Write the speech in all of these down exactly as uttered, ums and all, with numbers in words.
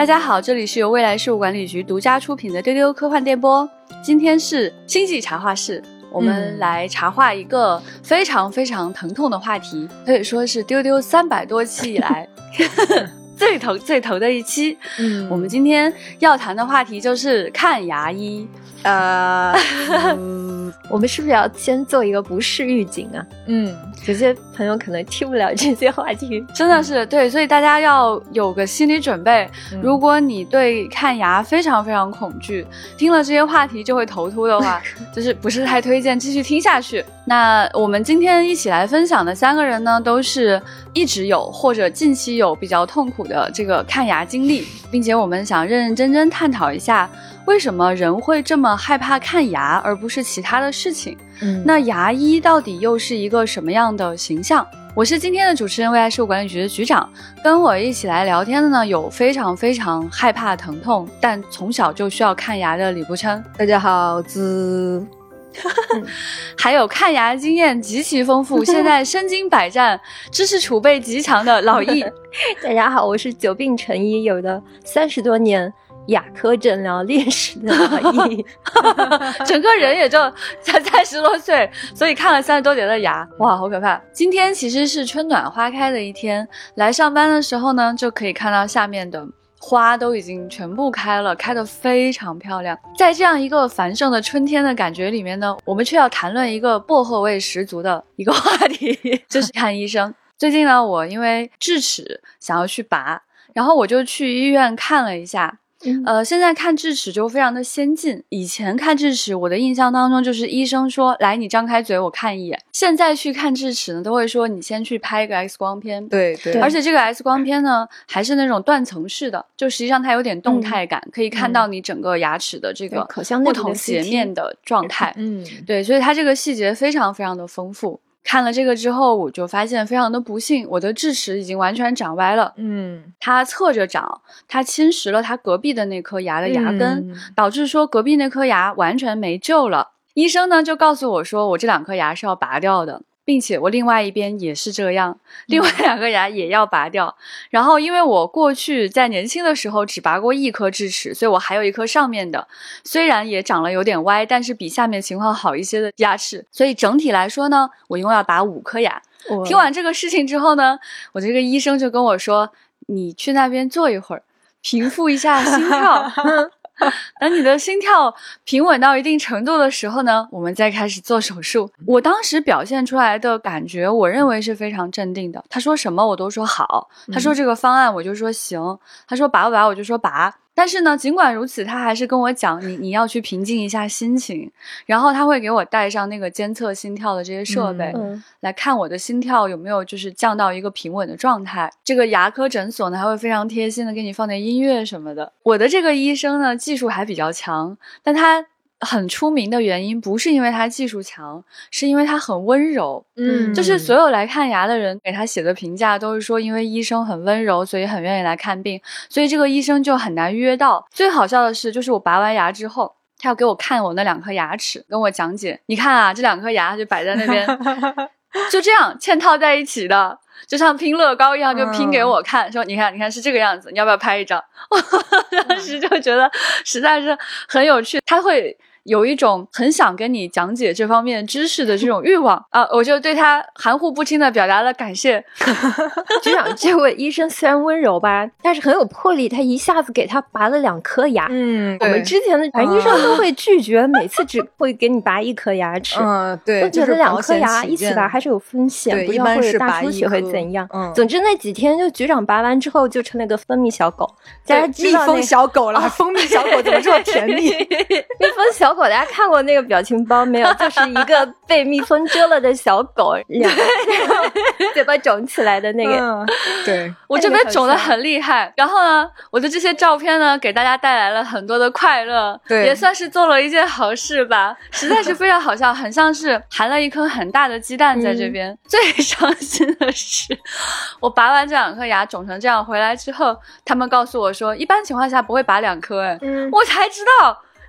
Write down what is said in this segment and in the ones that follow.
大家好，这里是由未来事务管理局独家出品的丢丢科幻电波。今天是星际茶话室，我们来茶话一个非常非常疼痛的话题，可以说是丢丢三百多期以来最疼最疼的一期。嗯，我们今天要谈的话题就是看牙医。 呃，嗯、我们是不是要先做一个不适预警啊？嗯，有些朋友可能听不了这些话题， 真的是对，所以大家要有个心理准备。嗯、如果你对看牙非常非常恐惧，听了这些话题就会头秃的话，就是不是太推荐继续听下去。那我们今天一起来分享的三个人呢，都是一直有或者近期有比较痛苦的这个看牙经历，并且我们想认认真真探讨一下，为什么人会这么害怕看牙而不是其他的事情。嗯，那牙医到底又是一个什么样的形象？我是今天的主持人，未来事务管理局的局长。跟我一起来聊天的呢，有非常非常害怕疼痛但从小就需要看牙的李不琛。 大家好，滋还有看牙经验极其丰富现在身经百战知识储备极强的老易。 大家好，我是久病成医，有的三十多年牙科诊疗历史的老易。 整个人也就才三十多岁，所以看了三十多年的牙，哇，好可怕。今天其实是春暖花开的一天，来上班的时候呢，就可以看到下面的花都已经全部开了，开得非常漂亮。在这样一个繁盛的春天的感觉里面呢，我们却要谈论一个薄荷味十足的一个话题，就是看医生。最近呢，我因为智齿想要去拔，然后我就去医院看了一下。呃，现在看智齿就非常的先进，以前看智齿我的印象当中就是医生说来你张开嘴我看一眼，现在去看智齿呢都会说你先去拍一个 X 光片。 对对， 而且这个 X 光片呢还是那种断层式的，就实际上它有点动态感、嗯、可以看到你整个牙齿的这个不同截面的状态。嗯，对，所以它这个细节非常非常的丰富。看了这个之后，我就发现非常的不幸，我的智齿已经完全长歪了。嗯，它侧着长，它侵蚀了它隔壁的那颗牙的牙根、嗯、导致说隔壁那颗牙完全没救了。医生呢就告诉我说我这两颗牙是要拔掉的，并且我另外一边也是这样，另外两个牙也要拔掉、嗯、然后因为我过去在年轻的时候只拔过一颗智齿，所以我还有一颗上面的虽然也长了有点歪，但是比下面情况好一些的牙齿，所以整体来说呢我一共要拔五颗牙。听完这个事情之后呢，我这个医生就跟我说你去那边坐一会儿，平复一下心跳等你的心跳平稳到一定程度的时候呢，我们再开始做手术。我当时表现出来的感觉我认为是非常镇定的，他说什么我都说好，他说这个方案我就说行，他说拔不拔我就说拔。但是呢尽管如此他还是跟我讲你你要去平静一下心情，然后他会给我带上那个监测心跳的这些设备、嗯、来看我的心跳有没有就是降到一个平稳的状态。这个牙科诊所呢还会非常贴心的给你放点音乐什么的。我的这个医生呢技术还比较强，但他很出名的原因不是因为他技术强，是因为他很温柔。嗯，就是所有来看牙的人给他写的评价都是说因为医生很温柔所以很愿意来看病，所以这个医生就很难约到。最好笑的是就是我拔完牙之后他要给我看我那两颗牙齿，跟我讲解你看啊这两颗牙就摆在那边就这样嵌套在一起的，就像拼乐高一样就拼给我看、嗯、说你看你看是这个样子，你要不要拍一张我当时就觉得实在是很有趣，他会有一种很想跟你讲解这方面知识的这种欲望啊，我就对他含糊不清的表达了感谢。 局长这位医生虽然温柔吧，但是很有魄力，他一下子给他拔了两颗牙。嗯，我们之前的医生都会拒绝、嗯、每次只会给你拔一颗牙齿。嗯，对，我觉得两颗牙一起拔还是有风险，不知道会大出血会怎样。嗯，总之那几天就局长拔完之后就成了个蜂蜜小狗，大家知道、那个、 蜜蜂小狗了、哦、蜂蜜小狗怎么这么甜蜜蜜蜂小狗大家看过那个表情包没有？就是一个被蜜蜂蛰了的小狗，两个嘴巴肿起来的那个、嗯、 对， 我这边肿得很厉害。然后呢我的这些照片呢给大家带来了很多的快乐，对，也算是做了一件好事吧，实在是非常好笑很像是含了一颗很大的鸡蛋在这边、嗯、最伤心的是我拔完这两颗牙肿成这样回来之后，他们告诉我说一般情况下不会拔两颗。哎、嗯，我才知道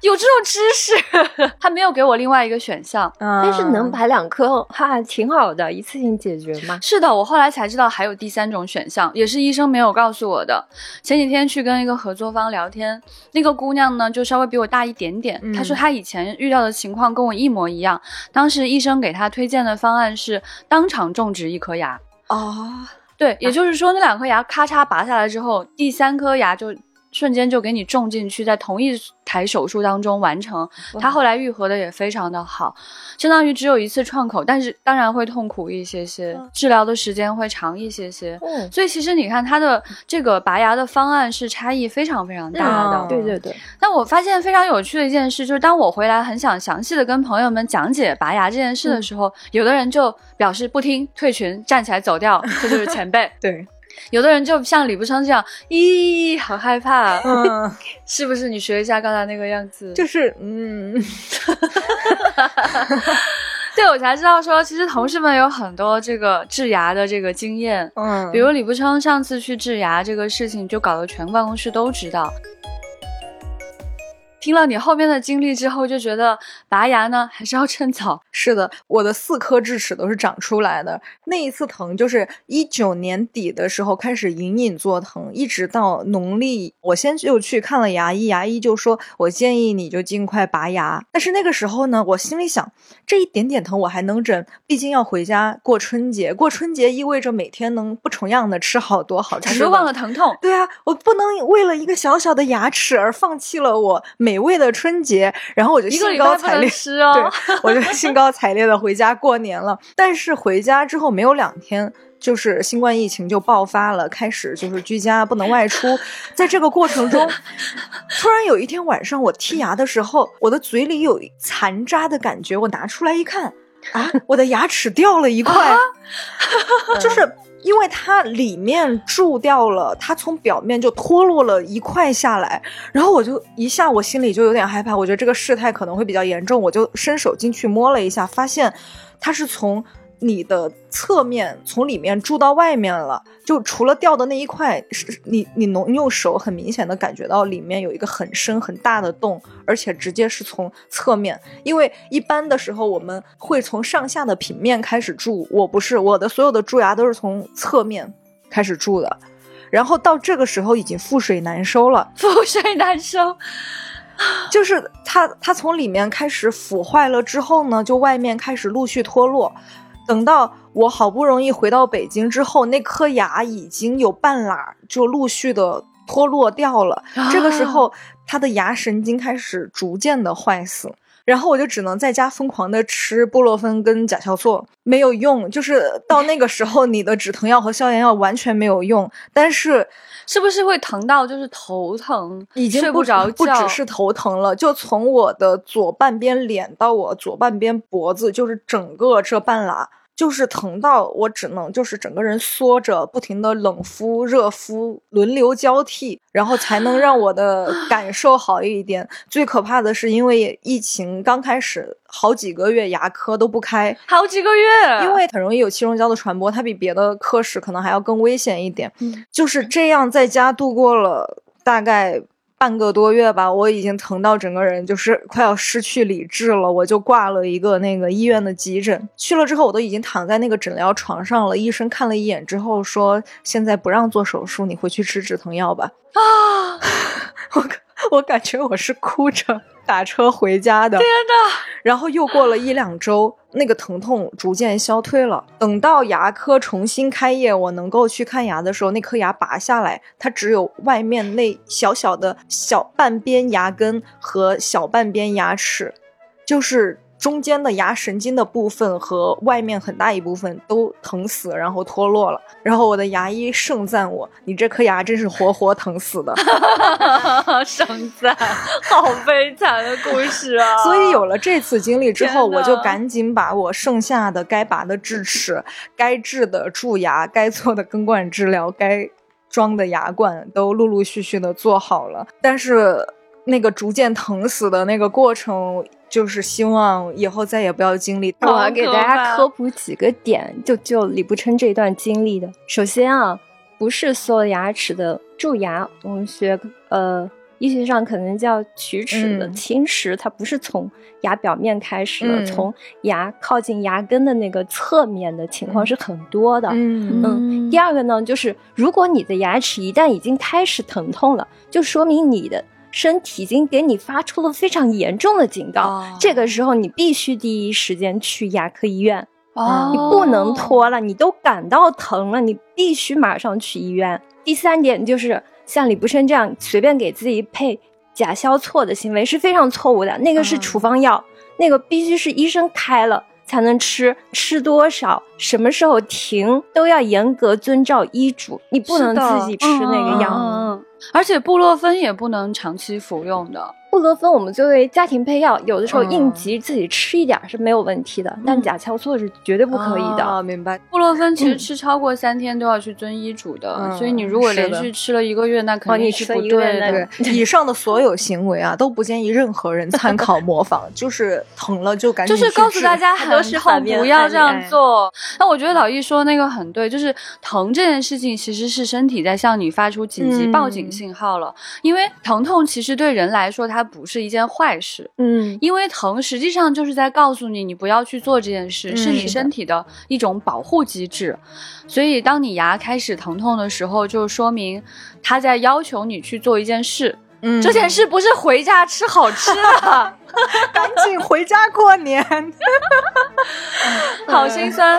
有这种知识，他没有给我另外一个选项， 嗯、但是能拔两颗哈挺好的，一次性解决嘛。 是的，我后来才知道还有第三种选项，也是医生没有告诉我的。前几天去跟一个合作方聊天，那个姑娘呢就稍微比我大一点点，她、嗯、说她以前遇到的情况跟我一模一样，当时医生给她推荐的方案是当场种植一颗牙。 哦， 对，也就是说那两颗牙咔嚓拔下来之后，第三颗牙就瞬间就给你种进去，在同一台手术当中完成。他后来愈合的也非常的好，相当于只有一次创口，但是当然会痛苦一些些，治疗的时间会长一些些。嗯，所以其实你看他的这个拔牙的方案是差异非常非常大的。 嗯、对对对。 但我发现非常有趣的一件事，就是当我回来很想详细的跟朋友们讲解拔牙这件事的时候，嗯、有的人就表示不听，退群，站起来走掉，这就是前辈。 对。 有的人就像李不称这样，咦，好害怕，嗯，是不是？你学一下刚才那个样子， 就是嗯， 对，我才知道说，其实同事们有很多这个治牙的这个经验，嗯，比如李不称上次去治牙这个事情，就搞得全办公室都知道。听了你后面的经历之后，就觉得拔牙呢还是要趁早。 是的，我的四颗智齿都是长出来的。那一次疼就是一九年底的时候开始隐隐作疼，一直到农历，我先就去看了牙医，牙医就说我建议你就尽快拔牙。但是那个时候呢，我心里想，这一点点疼我还能忍，毕竟要回家过春节，过春节意味着每天能不重样的吃好多好吃的。 你都忘了疼痛。 对啊，我不能为了一个小小的牙齿而放弃了我美味的春节，然后我就兴高采烈吃哦， 对，我就兴高采烈的回家过年了。但是回家之后没有两天，就是新冠疫情就爆发了，开始就是居家不能外出。在这个过程中，突然有一天晚上我剔牙的时候，我的嘴里有残渣的感觉，我拿出来一看，啊，我的牙齿掉了一块，啊、就是因为它里面蛀掉了，它从表面就脱落了一块下来，然后我就一下我心里就有点害怕，我觉得这个事态可能会比较严重，我就伸手进去摸了一下，发现它是从你的侧面从里面蛀到外面了，就除了掉的那一块，你你能用手很明显的感觉到里面有一个很深很大的洞，而且直接是从侧面，因为一般的时候我们会从上下的平面开始蛀，我不是，我的所有的蛀牙都是从侧面开始蛀的，然后到这个时候已经覆水难收了， 覆水难收。 就是它它从里面开始腐坏了之后呢，就外面开始陆续脱落。等到我好不容易回到北京之后，那颗牙已经有半拉就陆续的脱落掉了，啊、这个时候它的牙神经开始逐渐的坏死，然后我就只能在家疯狂的吃布洛芬跟甲硝唑，没有用，就是到那个时候你的止疼药和消炎药完全没有用。但是是不是会疼到就是头疼， 已经不睡不着觉， 不只是头疼了，就从我的左半边脸到我左半边脖子，就是整个这半拉就是疼到我只能就是整个人缩着，不停的冷敷热敷轮流交替，然后才能让我的感受好一点。最可怕的是因为疫情刚开始好几个月牙科都不开， 好几个月， 因为很容易有气溶胶的传播，它比别的科室可能还要更危险一点、嗯、就是这样在家度过了大概半个多月吧，我已经疼到整个人就是快要失去理智了，我就挂了一个那个医院的急诊，去了之后我都已经躺在那个诊疗床上了，医生看了一眼之后说现在不让做手术，你回去吃止疼药吧。啊，我我感觉我是哭着打车回家的， 天哪！ 然后又过了一两周，那个疼痛逐渐消退了。等到牙科重新开业，我能够去看牙的时候，那颗牙拔下来，它只有外面那小小的小半边牙根和小半边牙齿，就是中间的牙神经的部分和外面很大一部分都疼死，然后脱落了。然后我的牙医盛赞我，你这颗牙真是活活疼死的。 盛赞，好悲惨的故事啊！ 所以有了这次经历之后，我就赶紧把我剩下的该拔的智齿、该治的蛀牙、该做的根管治疗、该装的牙冠都陆陆续续的做好了。但是那个逐渐疼死的那个过程，就是希望以后再也不要经历。 我要给大家科普几个点，就就李不称这段经历的。首先啊，不是所有牙齿的蛀牙，我们学呃医医学上可能叫龋齿的侵蚀、嗯、它不是从牙表面开始的、嗯、从牙靠近牙根的那个侧面的情况是很多的。嗯嗯。第二个呢，就是如果你的牙齿一旦已经开始疼痛了，就说明你的身体已经给你发出了非常严重的警告、哦、这个时候你必须第一时间去牙科医院。哦，你不能拖了，你都感到疼了，你必须马上去医院。第三点就是像李不生这样随便给自己配甲硝唑的行为是非常错误的，那个是处方药、嗯、那个必须是医生开了才能吃，吃多少什么时候停都要严格遵照医嘱，你不能自己吃那个药。 嗯嗯，而且布洛芬也不能长期服用的。 布洛芬我们作为家庭配药，有的时候应急自己吃一点是没有问题的、嗯、但甲硝唑是绝对不可以的。 啊，明白。 布洛芬其实吃超过三天都要去遵医嘱的、嗯、所以你如果连续吃了一个月那肯定是不对的、 哦、对。以上的所有行为啊都不建议任何人参考模仿就是疼了就赶紧就是告诉大家很痛不要这样做。那我觉得老易说那个很对，就是疼这件事情其实是身体在向你发出紧急报警信号了、嗯、因为疼痛其实对人来说它不是一件坏事，嗯，因为疼实际上就是在告诉你你不要去做这件事、嗯、是你身体的一种保护机制，所以当你牙开始疼痛的时候就说明它在要求你去做一件事，嗯，这件事不是回家吃好吃的赶紧回家过年好心酸。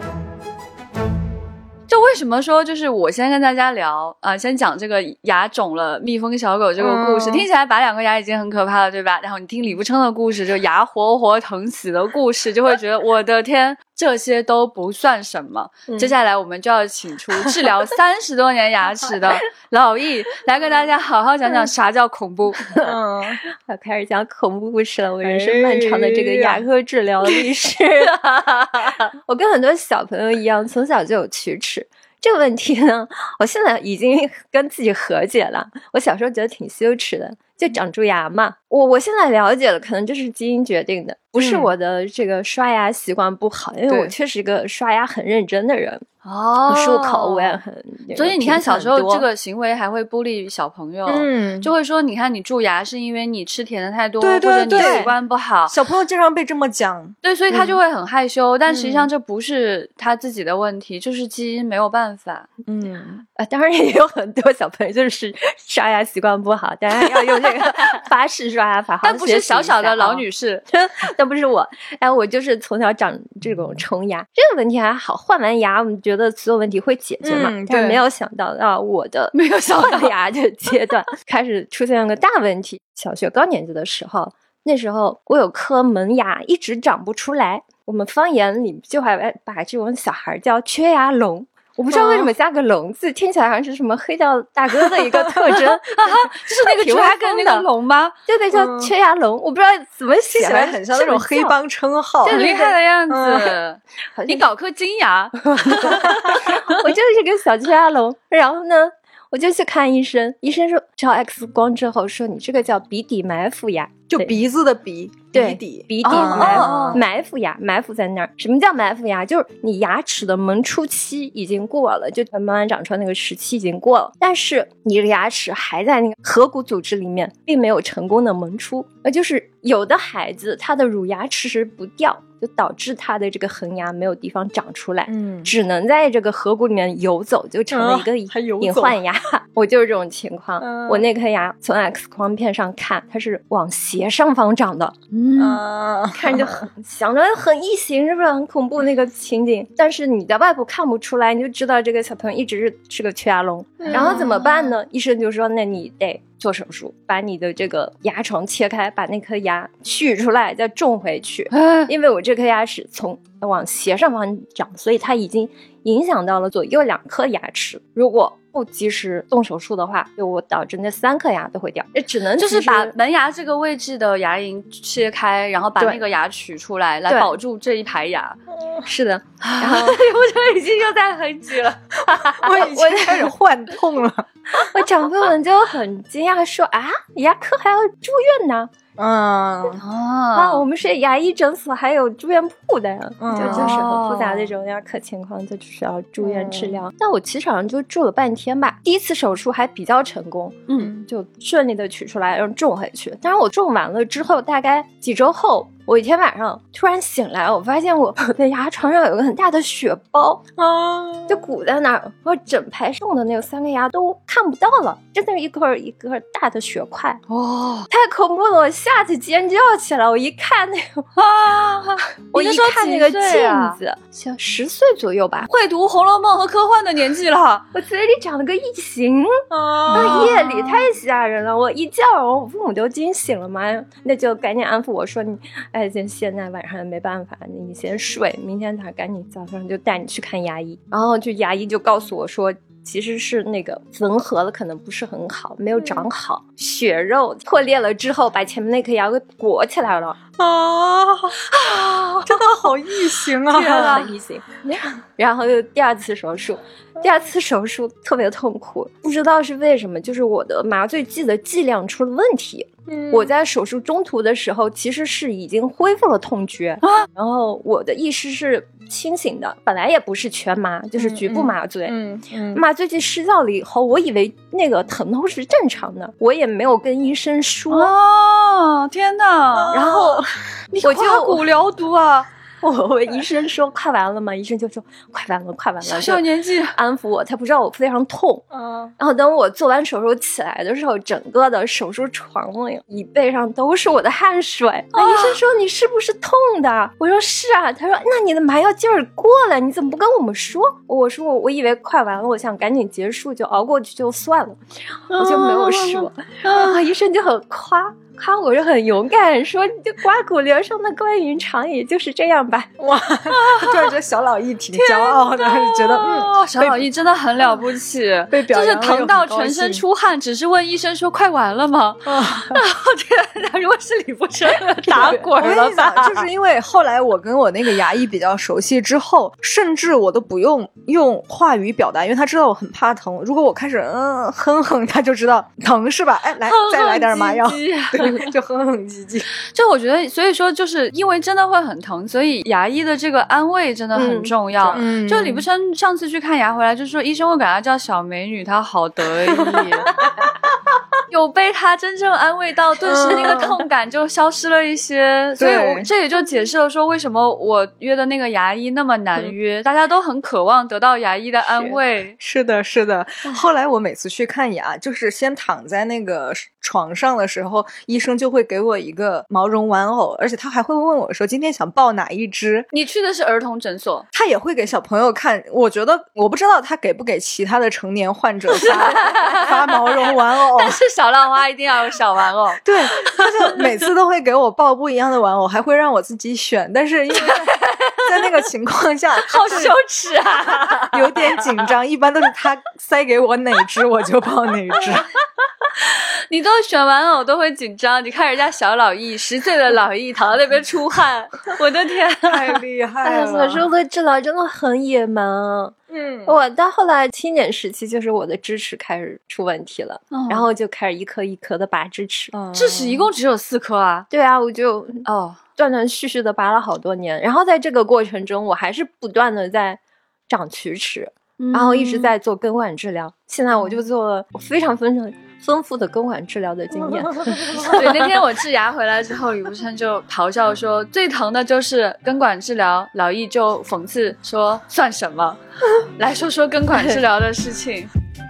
就为什么说就是我先跟大家聊啊、呃，先讲这个牙肿了蜜蜂小狗这个故事、嗯、听起来拔两个牙已经很可怕了对吧，然后你听李不称的故事就牙活活疼死的故事就会觉得我的天这些都不算什么、嗯、接下来我们就要请出治疗三十多年牙齿的老易来跟大家好好讲讲啥叫恐怖。 嗯，要开始讲恐怖故事了，我人生漫长的这个牙科治疗历史我跟很多小朋友一样从小就有龋齿，这个问题呢我现在已经跟自己和解了，我小时候觉得挺羞耻的，就长蛀牙嘛，我我现在了解了，可能这是基因决定的，不是我的这个刷牙习惯不好、嗯、因为我确实一个刷牙很认真的人哦，漱口我也很， 所以你看小时候这个行为还会bully励小朋友，嗯，就会说你看你蛀牙是因为你吃甜的太多， 对对对， 或者你习惯不好， 小朋友经常被这么讲， 对，所以他就会很害羞、嗯、但实际上这不是他自己的问题、嗯、就是基因没有办法。 嗯啊，当然也有很多小朋友就是刷牙习惯不好，当然要用这个法式刷牙法， 但不是小小的老女士但不是我，哎，我就是从小长这种虫牙，这个问题还好，换完牙我们觉得所有问题会解决嘛、嗯、但是没有想到啊，我的没有想到牙的阶段开始出现了个大问题。小学高年级的时候，那时候我有颗门牙一直长不出来，我们方言里就还把这种小孩叫缺牙龙，我不知道为什么加个龙字、哦、听起来好像是什么黑道大哥的一个特征就是那个缺牙跟那个龙吗？ 对对，叫缺牙龙、嗯、我不知道怎么写起来很像那种黑帮称号， 很厉害的样子、嗯、你搞颗金牙我就是个小缺牙龙，然后呢我就去看医生，医生说照 X 光之后说你这个叫鼻底埋伏牙， 就鼻子的鼻， 对， 鼻底鼻底埋伏、哦、埋伏牙，埋伏在那儿。什么叫埋伏牙？就是你牙齿的萌出期已经过了，就慢慢长出来那个时期已经过了，但是你的牙齿还在那个颌骨组织里面，并没有成功的萌出。那就是有的孩子他的乳牙迟迟不掉，就导致他的这个恒牙没有地方长出来，嗯，只能在这个颌骨里面游走，就成了一个隐患牙、嗯、我就是这种情况、嗯、我那颗牙从 X 光片上看它是往斜上方长的，嗯，看着很想着很异形，是不是很恐怖那个情景？但是你在外部看不出来，你就知道这个小朋友一直是是个缺牙龙、嗯、然后怎么办呢？医生就说那你得做手术，把你的这个牙床切开，把那颗牙取出来再种回去、嗯、因为我这颗牙齿从往斜上方长，所以它已经影响到了左右两颗牙齿，如果不及时动手术的话，就我导致那三颗牙都会掉，也只能就是把门牙这个位置的牙龈切开，然后把那个牙取出来，来保住这一排牙。 是的，然后我这已经又在很挤了我已经开始幻痛了我长辈们就很惊讶说啊，牙科还要住院呢？ 嗯啊，我们是牙医诊所，还有住院部的，嗯、就就是很复杂的这种牙科情况，就需要住院治疗。嗯、但我其实好像就住了半天吧，第一次手术还比较成功，嗯，就顺利的取出来，然后种回去。但是我种完了之后，大概几周后。我一天晚上突然醒来，我发现我的牙床上有个很大的血包啊，就鼓在那儿，我整排种的那个三个牙都看不到了，真的是一颗一颗大的血块，哦，太恐怖了！我下次尖叫起来，我一看那个啊，我一看那个镜子，小十岁左右吧， 会读《红楼梦》和科幻的年纪了， 我嘴里长了个异形啊，夜里太吓人了，我一叫，我父母就惊醒了嘛，那就赶紧安抚我说你。哎，现在晚上也没办法，你先睡，明天早赶紧早上就带你去看牙医。然后就牙医就告诉我说，其实是那个缝合了，可能不是很好，没有长好，嗯、血肉破裂了之后，把前面那颗牙给裹起来了啊！真的好异形啊！ 天啊，异形！然后又第二次手术，第二次手术特别痛苦，不知道是为什么，就是我的麻醉剂的剂量出了问题。嗯、我在手术中途的时候，其实是已经恢复了痛觉，啊、然后我的意识是清醒的，本来也不是全麻，就是局部麻醉。嗯嗯嗯、麻醉剂失效了以后，我以为那个疼痛是正常的，我也没有跟医生说。 哦，天哪！ 然后我就刮骨疗毒啊！ 我我医生说快完了吗？医生就说快完了，快完了。 小小年纪安抚我，他不知道我非常痛。嗯，然后等我做完手术起来的时候，整个的手术床里、椅背上都是我的汗水。那、啊、医生说你是不是痛的？我说是啊。他说那你的麻药劲儿过了，你怎么不跟我们说？我说我我以为快完了，我想赶紧结束，就熬过去就算了，啊、我就没有说。啊，医生就很夸。夸我是很勇敢，说你就刮骨疗上的关云长，也就是这样吧。 哇，突然觉得小老义挺骄傲的，觉得嗯， 小老义真的很了不起， 被表扬，就是疼到全身出汗，只是问医生说快完了吗？啊，我天哪！如果是李富生打滚了吧？ 就是因为后来我跟我那个牙医比较熟悉之后，甚至我都不用用话语表达，因为他知道我很怕疼。如果我开始嗯哼哼，他就知道疼是吧？哎，来再来点麻药。对，就哼哼唧唧。 就我觉得，所以说，就是因为真的会很疼，所以牙医的这个安慰真的很重要。嗯，就李不生上次去看牙回来，就说医生会管她叫小美女，她好得意。有被他真正安慰到，顿时那个痛感就消失了一些。所以我这也就解释了说，为什么我约的那个牙医那么难约，嗯、大家都很渴望得到牙医的安慰。 是, 是的，是的。后来我每次去看牙，就是先躺在那个床上的时候，医生就会给我一个毛绒玩偶，而且他还会问我说今天想抱哪一只。 你去的是儿童诊所， 他也会给小朋友看。我觉得我不知道他给不给其他的成年患者发发毛绒玩偶， 但是小浪花一定要有小玩偶。 对，他就每次都会给我抱不一样的玩偶，还会让我自己选，但是因为在那个情况下好羞耻啊， 有点紧张，一般都是他塞给我哪只我就抱哪只。 你都选玩偶都会紧张，你看人家小老易十岁的老易躺在那边出汗，我的天， 太厉害了！ 小时候的治疗真的很野蛮。嗯，我到后来青年时期，就是我的智齿开始出问题了，嗯、然后就开始一颗一颗的拔智齿。 嗯、智齿一共只有四颗啊？ 对啊，我就哦断断续续的拔了好多年，然后在这个过程中，我还是不断的在长龋齿，嗯、然后一直在做根管治疗。现在我就做了非常非常丰富的根管治疗的经验。 对，那天我治牙回来之后，李无生就咆哮说最疼的就是根管治疗，老易就讽刺说算什么，来说说根管治疗的事情。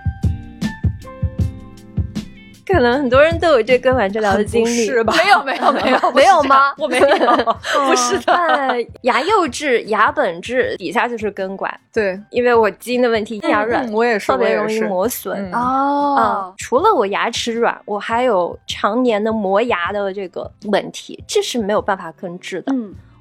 可能很多人都有这根管治疗的经历， 是吧？ 没有没有没有没有吗？ 我没有，不是的。 呃，牙釉质、牙本质底下就是根管。 对， 因为我基因的问题，牙软， 嗯、我也是， 特别容易磨损。 嗯、哦、 嗯，除了我牙齿软，我还有常年的磨牙的这个问题，这是没有办法根治的。嗯。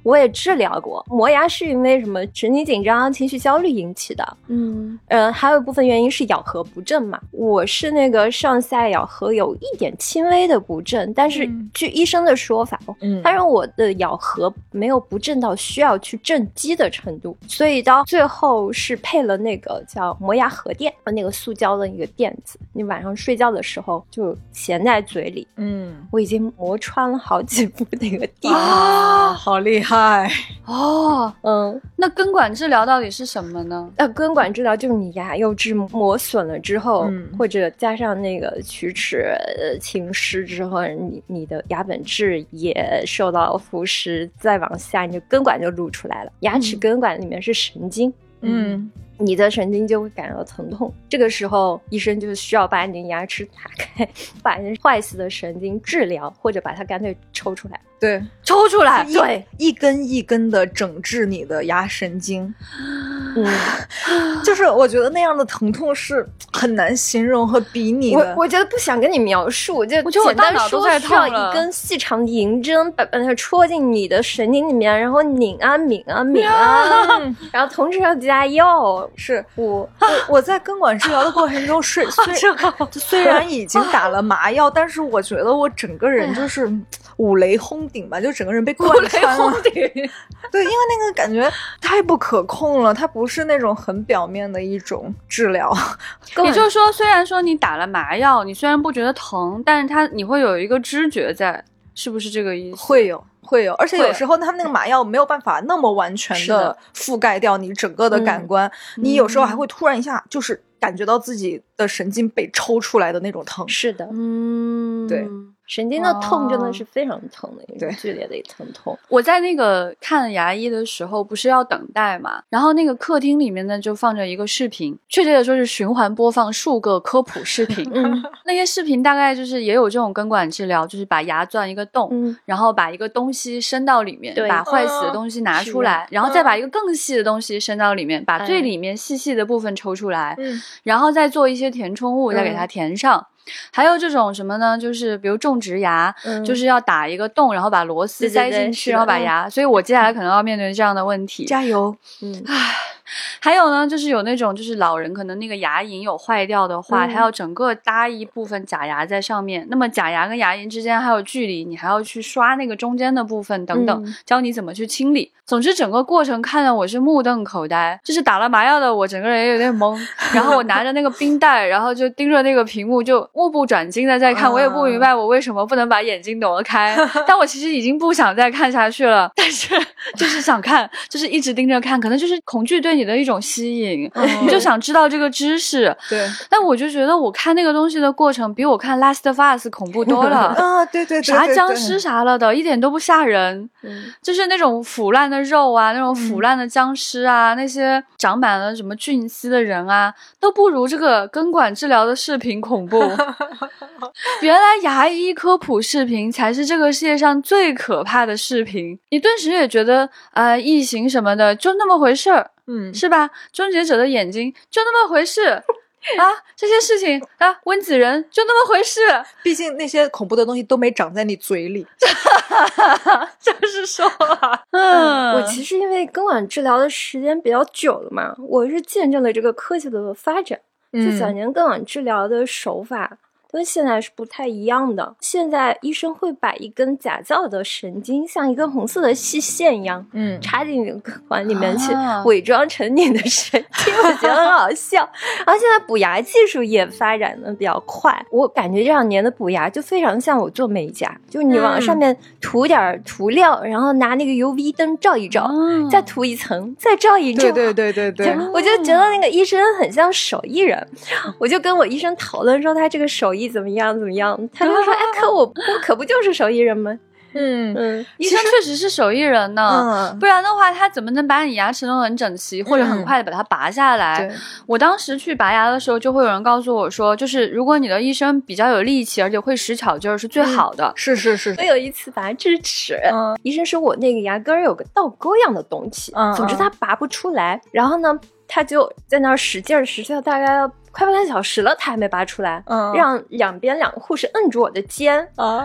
我也治疗过。磨牙是因为什么神经紧张、情绪焦虑引起的。嗯，呃，还有一部分原因是咬合不正嘛。我是那个上下咬合有一点轻微的不正，但是据医生的说法，嗯，他说我的咬合没有不正到需要去正畸的程度，所以到最后是配了那个叫磨牙盒垫，那个塑胶的一个垫子，你晚上睡觉的时候就衔在嘴里。嗯，我已经磨穿了好几副那个垫啊，好厉害哦。嗯，那根管治疗到底是什么呢？ 呃，根管治疗就是你牙釉质磨损了之后，嗯、或者加上那个龋齿呃侵蚀之后，你你的牙本质也受到腐蚀，再往下你的根管就露出来了。牙齿根管里面是神经，嗯。你的神经就会感到疼痛，这个时候医生就需要把你的牙齿打开，把你坏死的神经治疗，或者把它干脆抽出来。 对， 抽出来， 对，一根一根的整治你的牙神经。嗯，就是我觉得那样的疼痛是很难形容和比拟的。 我我觉得不想跟你描述，就我觉得我大脑都在痛了。 需要一根细长的银针把把它戳进你的神经里面，然后拧啊拧啊拧啊，然后同时要加药。 是我我我在根管治疗的过程中虽虽虽然已经打了麻药，但是我觉得我整个人就是五雷轰顶吧，就整个人被贯穿了。对，因为那个感觉太不可控了，它不是那种很表面的一种治疗。 也就是说，虽然说你打了麻药，你虽然不觉得疼，但是它你会有一个知觉在，是不是这个意思？ 会有。会有，而且有时候他们那个麻药没有办法那么完全的覆盖掉你整个的感官，嗯、你有时候还会突然一下就是感觉到自己的神经被抽出来的那种疼。 是的， 嗯，对。 神经的痛真的是非常疼的一种剧烈的一疼痛。 我在那个看牙医的时候不是要等待嘛，然后那个客厅里面呢就放着一个视频，确切的说是循环播放数个科普视频。嗯，那些视频大概就是也有这种根管治疗，就是把牙钻一个洞，嗯、然后把一个东西伸到里面，把坏死的东西拿出来，嗯、然后再把一个更细的东西伸到里面，嗯、把最里面细细的部分抽出来，嗯、然后再做一些填充物，再给它填上。嗯，还有这种什么呢，就是比如种植牙，嗯、就是要打一个洞，然后把螺丝塞进去，然后把牙，所以我接下来可能要面对这样的问题。 加油。 嗯，唉。还有呢，就是有那种就是老人可能那个牙龈有坏掉的话，嗯、他要整个搭一部分假牙在上面，那么假牙跟牙龈之间还有距离，你还要去刷那个中间的部分等等，嗯、教你怎么去清理。总之整个过程看得我是目瞪口呆，就是打了麻药的我整个人也有点懵，然后我拿着那个冰袋，然后就盯着那个屏幕就目不转睛的在看，我也不明白我为什么不能把眼睛挪开，但我其实已经不想再看下去了，但是就是想看，就是一直盯着看，可能就是恐惧对你的一种吸引，嗯、你就想知道这个知识。 对， 但我就觉得我看那个东西的过程比我看 Last of Us 恐怖多了。 啊，对对对， 啥僵尸啥了的，一点都不吓人。嗯，就是那种腐烂的肉啊，那种腐烂的僵尸啊，嗯、那些长满了什么菌丝的人啊，都不如这个根管治疗的视频恐怖。原来牙医科普视频才是这个世界上最可怕的视频。你顿时也觉得呃异形什么的就那么回事儿，嗯，是吧？终结者的眼睛就那么回事。啊，这些事情啊，温子仁就那么回事。 毕竟那些恐怖的东西都没长在你嘴里。 就是说、啊， 嗯，我其实因为根管治疗的时间比较久了嘛，我是见证了这个科技的发展。这早年根管治疗的手法跟现在是不太一样的。现在医生会把一根假造的神经像一根红色的细线一样，嗯，插进你的根管里面去，啊、伪装成你的神经，我觉得很好笑。然后现在补牙技术也发展的比较快，我感觉这两年的补牙就非常像我做美甲，就你往上面涂点涂料，嗯、然后拿那个 U V 灯照一照，嗯、再涂一层，再照一照。 对对对对对， 我就觉得那个医生很像手艺人，我就跟我医生讨论说他这个手艺怎么样怎么样，他就说哎，可我我可不就是手艺人吗？ 嗯嗯，医生确实是手艺人呢，嗯、不然的话他怎么能把你牙齿弄得很整齐，或者很快的把它拔下来？嗯、我当时去拔牙的时候，就会有人告诉我说，就是如果你的医生比较有力气，而且会使巧劲儿，是最好的。 嗯、是是是。 我有一次拔智齿，嗯、医生说我那个牙根有个倒钩样的东西，嗯、总之他拔不出来，然后呢，他就在那儿使劲使劲，大概要快半个小时了，他还没拔出来，嗯、让两边两个护士摁住我的肩啊。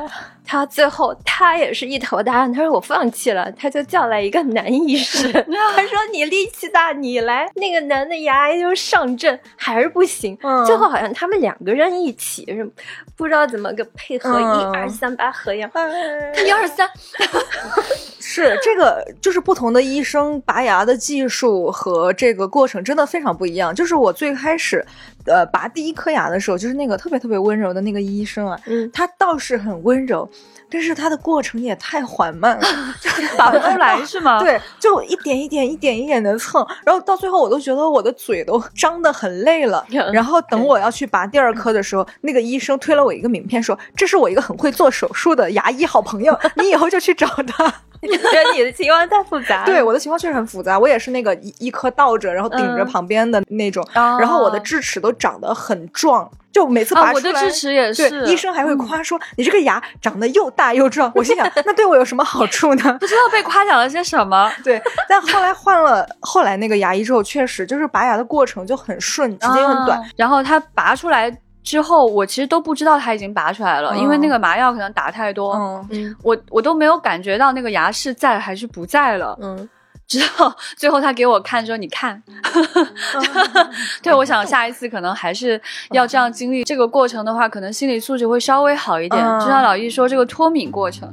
他最后他也是一头大汗，他说我放弃了，他就叫来一个男医师，他说你力气大你来，那个男的牙医就上阵还是不行、嗯、最后好像他们两个人一起不知道怎么个配合，一二三八合样，一二三是这个就是不同的医生拔牙的技术和这个过程真的非常不一样。就是我最开始呃拔第一颗牙的时候，就是那个特别特别温柔的那个医生啊，嗯，他倒是很温柔，但是他的过程也太缓慢了， 拔不出来是吗？ 对，就一点一点一点一点的蹭，然后到最后我都觉得我的嘴都张得很累了。然后等我要去拔第二颗的时候，那个医生推了我一个名片说，这是我一个很会做手术的牙医好朋友，你以后就去找他。 觉得你的情况太复杂了。 对，我的情况确实很复杂，我也是那个一一颗倒着然后顶着旁边的那种、嗯、然后我的智齿都长得很壮，就每次拔出来、啊、 我的智齿也是， 对，医生还会夸说、嗯、你这个牙长得又大又壮。我心想那对我有什么好处呢？ 不知道被夸奖了些什么。 对，但后来换了后来那个牙医之后，确实就是拔牙的过程就很顺，时间很短、啊、 然后他拔出来之后我其实都不知道他已经拔出来了、嗯、因为那个麻药可能打太多，嗯，我我都没有感觉到那个牙是在还是不在了，嗯，直到最后他给我看说你看、嗯、对，我想下一次可能还是要这样经历、嗯、这个过程的话，可能心理素质会稍微好一点、嗯、就像老易说这个脱敏过程。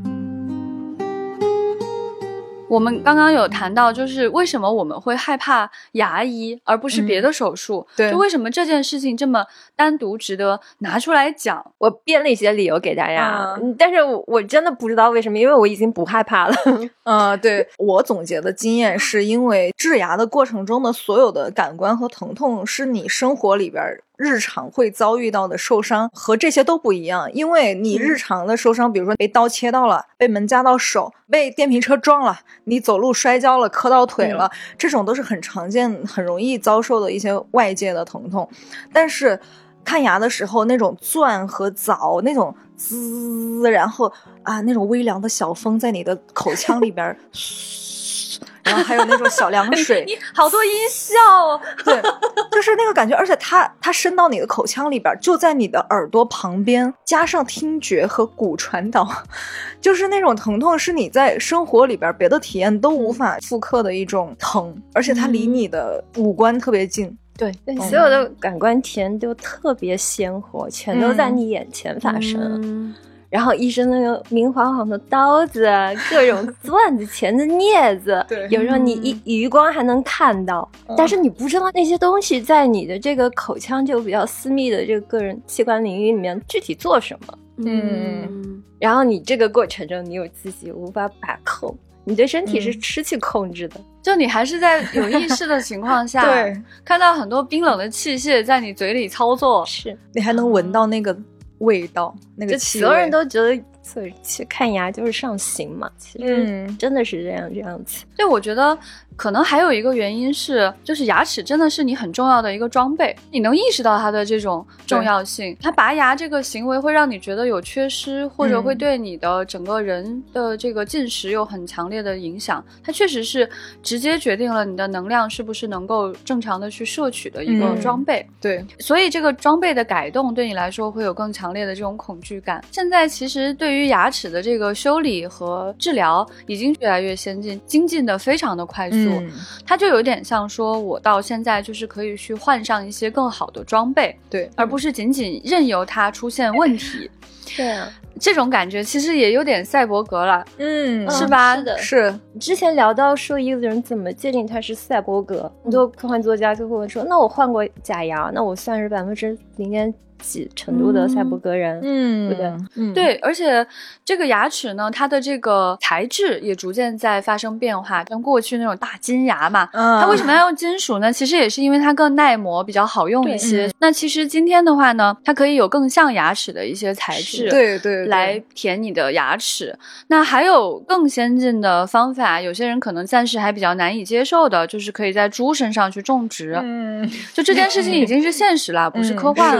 我们刚刚有谈到就是为什么我们会害怕牙医而不是别的手术、嗯、对，就为什么这件事情这么单独值得拿出来讲。 我编了一些理由给大家、嗯、但是我真的不知道为什么，因为我已经不害怕了。 嗯，对，我总结的经验是因为治牙的过程中的所有的感官和疼痛是你生活里边日常会遭遇到的受伤和这些都不一样。因为你日常的受伤、嗯、比如说被刀切到了，被门夹到手，被电瓶车撞了，你走路摔跤了，磕到腿了、嗯、这种都是很常见很容易遭受的一些外界的疼痛。但是看牙的时候那种钻和凿，那种滋，然后啊那种微凉的小风在你的口腔里边然后还有那种小凉水你好多音效哦。 对，就是那个感觉，而且它它伸到你的口腔里边，就在你的耳朵旁边，加上听觉和骨传导，就是那种疼痛是你在生活里边别的体验都无法复刻的一种疼，而且它离你的五官特别近。 对对、嗯，所有的感官体验都特别鲜活，全都在你眼前发生。嗯，然后医生那个明晃晃的刀子，各种钻子、钳子、镊子，对，有时候你一余光还能看到、嗯，但是你不知道那些东西在你的这个口腔就比较私密的这个个人器官领域里面具体做什么。嗯，然后你这个过程中你有自己无法把控，你对身体是失去控制的、嗯、 就你还是在有意识的情况下对，看到很多冰冷的器械在你嘴里操作， 是你还能闻到那个味道、嗯、那个气味。 所有人都觉得去看牙就是上刑嘛，其实真的是这样、嗯、这样子。 对，我觉得可能还有一个原因是，就是牙齿真的是你很重要的一个装备，你能意识到它的这种重要性。它拔牙这个行为会让你觉得有缺失，或者会对你的整个人的这个进食有很强烈的影响。它确实是直接决定了你的能量是不是能够正常的去摄取的一个装备。 嗯、对， 所以这个装备的改动对你来说会有更强烈的这种恐惧感。现在其实对于牙齿的这个修理和治疗已经越来越先进，精进的非常的快速。嗯，它就有点像说我到现在就是可以去换上一些更好的装备， 对， 而不是仅仅任由它出现问题。 对啊， 这种感觉其实也有点赛博格了。 嗯， 是吧？ 嗯、是的， 是。 之前聊到说一个人怎么界定他是赛博格，很多科幻作家就会问说，那我换过假牙，那我算是百分之零点几程度的赛博格人，嗯，对不对？ 嗯，对，而且这个牙齿呢，它的这个材质也逐渐在发生变化，像过去那种大金牙嘛，嗯，它为什么要用金属呢？其实也是因为它更耐磨，比较好用一些。嗯、那其实今天的话呢，它可以有更像牙齿的一些材质， 对 对, 对， 来填你的牙齿。那还有更先进的方法，有些人可能暂时还比较难以接受的，就是可以在猪身上去种植。嗯，就这件事情已经是现实了，嗯、不是科幻了。 是的。是的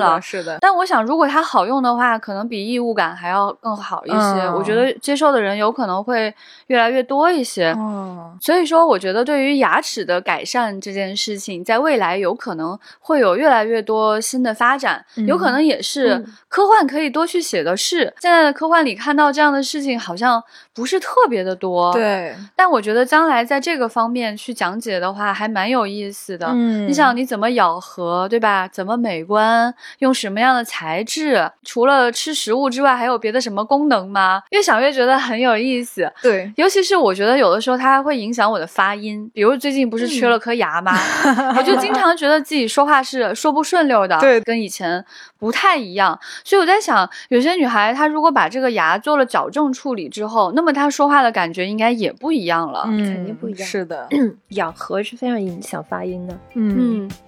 的。 但我想如果它好用的话，可能比异物感还要更好一些、嗯、我觉得接受的人有可能会越来越多一些、嗯、所以说我觉得对于牙齿的改善这件事情在未来有可能会有越来越多新的发展、嗯、有可能也是科幻可以多去写的事、嗯、现在的科幻里看到这样的事情好像不是特别的多， 对， 但我觉得将来在这个方面去讲解的话还蛮有意思的。嗯，你想你怎么咬合对吧，怎么美观，用什么样的材质，除了吃食物之外还有别的什么功能吗？越想越觉得很有意思。 对， 尤其是我觉得有的时候它还会影响我的发音，比如最近不是缺了颗牙吗、嗯、我就经常觉得自己说话是说不顺溜的，对，跟以前不太一样。所以我在想有些女孩她如果把这个牙做了矫正处理之后，那么她说话的感觉应该也不一样了。 嗯，肯定不一样， 是的咬合是非常影响发音的。 嗯嗯，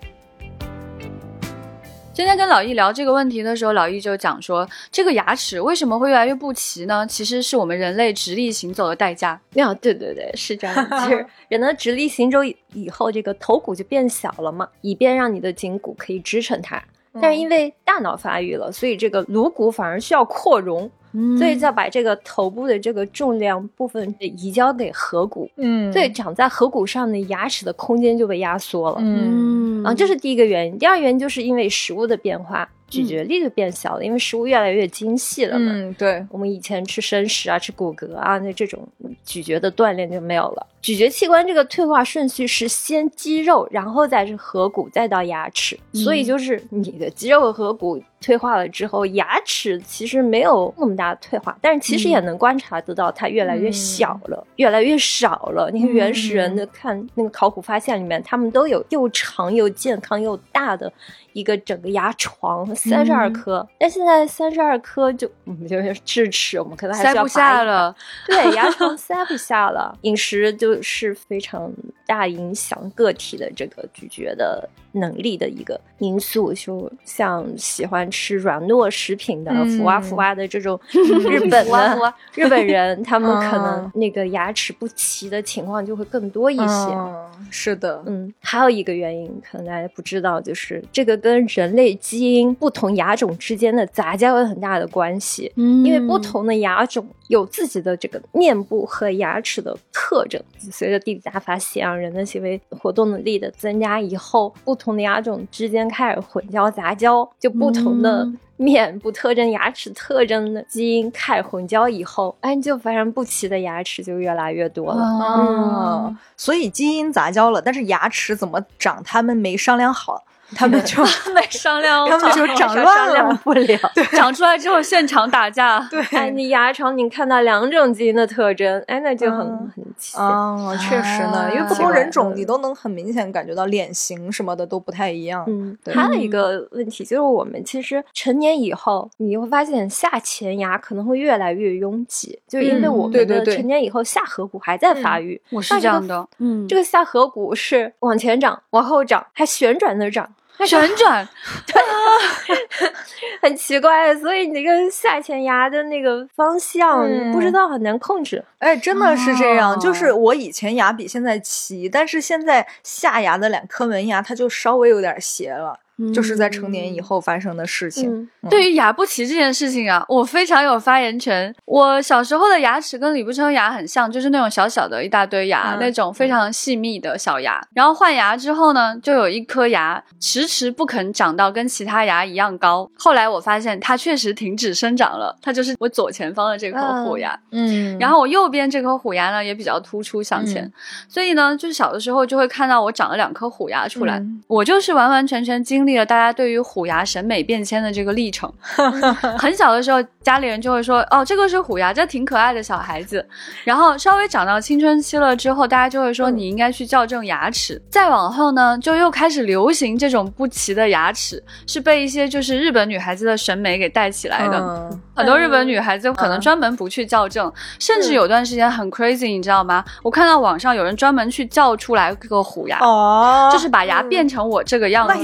今天跟老易聊这个问题的时候，老易就讲说这个牙齿为什么会越来越不齐呢，其实是我们人类直立行走的代价。 啊，对对对，是这样的。其实人的直立行走以后，这个头骨就变小了嘛，以便让你的颈骨可以支撑它。但是因为大脑发育了，所以这个颅骨反而需要扩容，嗯、所以再把这个头部的这个重量部分移交给颌骨，嗯，所以长在颌骨上的牙齿的空间就被压缩了，嗯，啊，这是第一个原因。第二原因就是因为食物的变化，咀嚼力就变小了，因为食物越来越精细了嘛。 嗯，对， 我们以前吃生食啊，吃骨骼啊，那这种咀嚼的锻炼就没有了。咀嚼器官这个退化顺序是先肌肉，然后再是颌骨，再到牙齿、嗯、所以就是你的肌肉和颌骨退化了之后，牙齿其实没有那么大的退化，但是其实也能观察得到它越来越小了、嗯、越来越少了。你看原始人的、嗯、看那个考古发现里面，他们都有又长又健康又大的一个整个牙床，三十二颗、嗯、但现在三十二颗就我们就是智齿，我们可能还是要塞不下了， 对，牙床塞不下了。饮食就是非常大影响个体的这个咀嚼的能力的一个因素，就像喜欢吃软糯食品的、嗯、腐哇腐哇的这种日本的日本人，他们可能那个牙齿不齐的情况就会更多一些、 嗯、是的。 嗯，还有一个原因可能大家不知道，就是这个跟人类基因不同牙种之间的杂交有很大的关系、嗯、因为不同的牙种有自己的这个面部和牙齿的特征，随着地理大发现啊，人的行为活动能力的增加以后，不同的牙种之间开始混交杂交，就不同的面部特征、牙齿特征的基因开始混交以后，哎，就发现不齐的牙齿就越来越多了。 哦、嗯，所以基因杂交了，但是牙齿怎么长，他们没商量好。他们就没商量， 他们就长乱了， 不了。 对， 长出来之后现场打架。 对， 哎，你牙床你看到两种基因的特征，哎，那就很、嗯、很奇哦，确实呢，因为不同人种你都能很明显感觉到脸型什么的都不太一样。 嗯，还有一个问题就是，我们其实成年以后，你会发现下前牙可能会越来越拥挤，就是因为我们的成年以后下颌骨还在发育。 我、嗯、是这样的， 嗯，这个下颌骨是往前长、往后长，还旋转的长。 旋转， 对，很奇怪，所以你这个下前牙的那个方向、嗯、不知道，很难控制。 哎，真的是这样、哦、就是我以前牙比现在齐，但是现在下牙的两颗门牙它就稍微有点斜了，就是在成年以后发生的事情、 嗯嗯、对于牙不齐这件事情啊，我非常有发言权。我小时候的牙齿跟李不称牙很像，就是那种小小的一大堆牙、嗯、那种非常细密的小牙、嗯、然后换牙之后呢，就有一颗牙迟迟不肯长到跟其他牙一样高，后来我发现它确实停止生长了，它就是我左前方的这颗虎牙。嗯，然后我右边这颗虎牙呢也比较突出向前、嗯、所以呢就是小的时候就会看到我长了两颗虎牙出来、嗯、我就是完完全全经历了大家对于虎牙审美变迁的这个历程。很小的时候家里人就会说，哦，这个是虎牙，这挺可爱的小孩子。然后稍微长到青春期了之后，大家就会说你应该去矫正牙齿、嗯、再往后呢就又开始流行这种不齐的牙齿，是被一些就是日本女孩子的审美给带起来的、嗯、很多日本女孩子可能专门不去矫正、嗯、甚至有段时间很 crazy 你知道吗，我看到网上有人专门去矫出来个虎牙、哦、就是把牙变成我这个样子、 嗯、那也没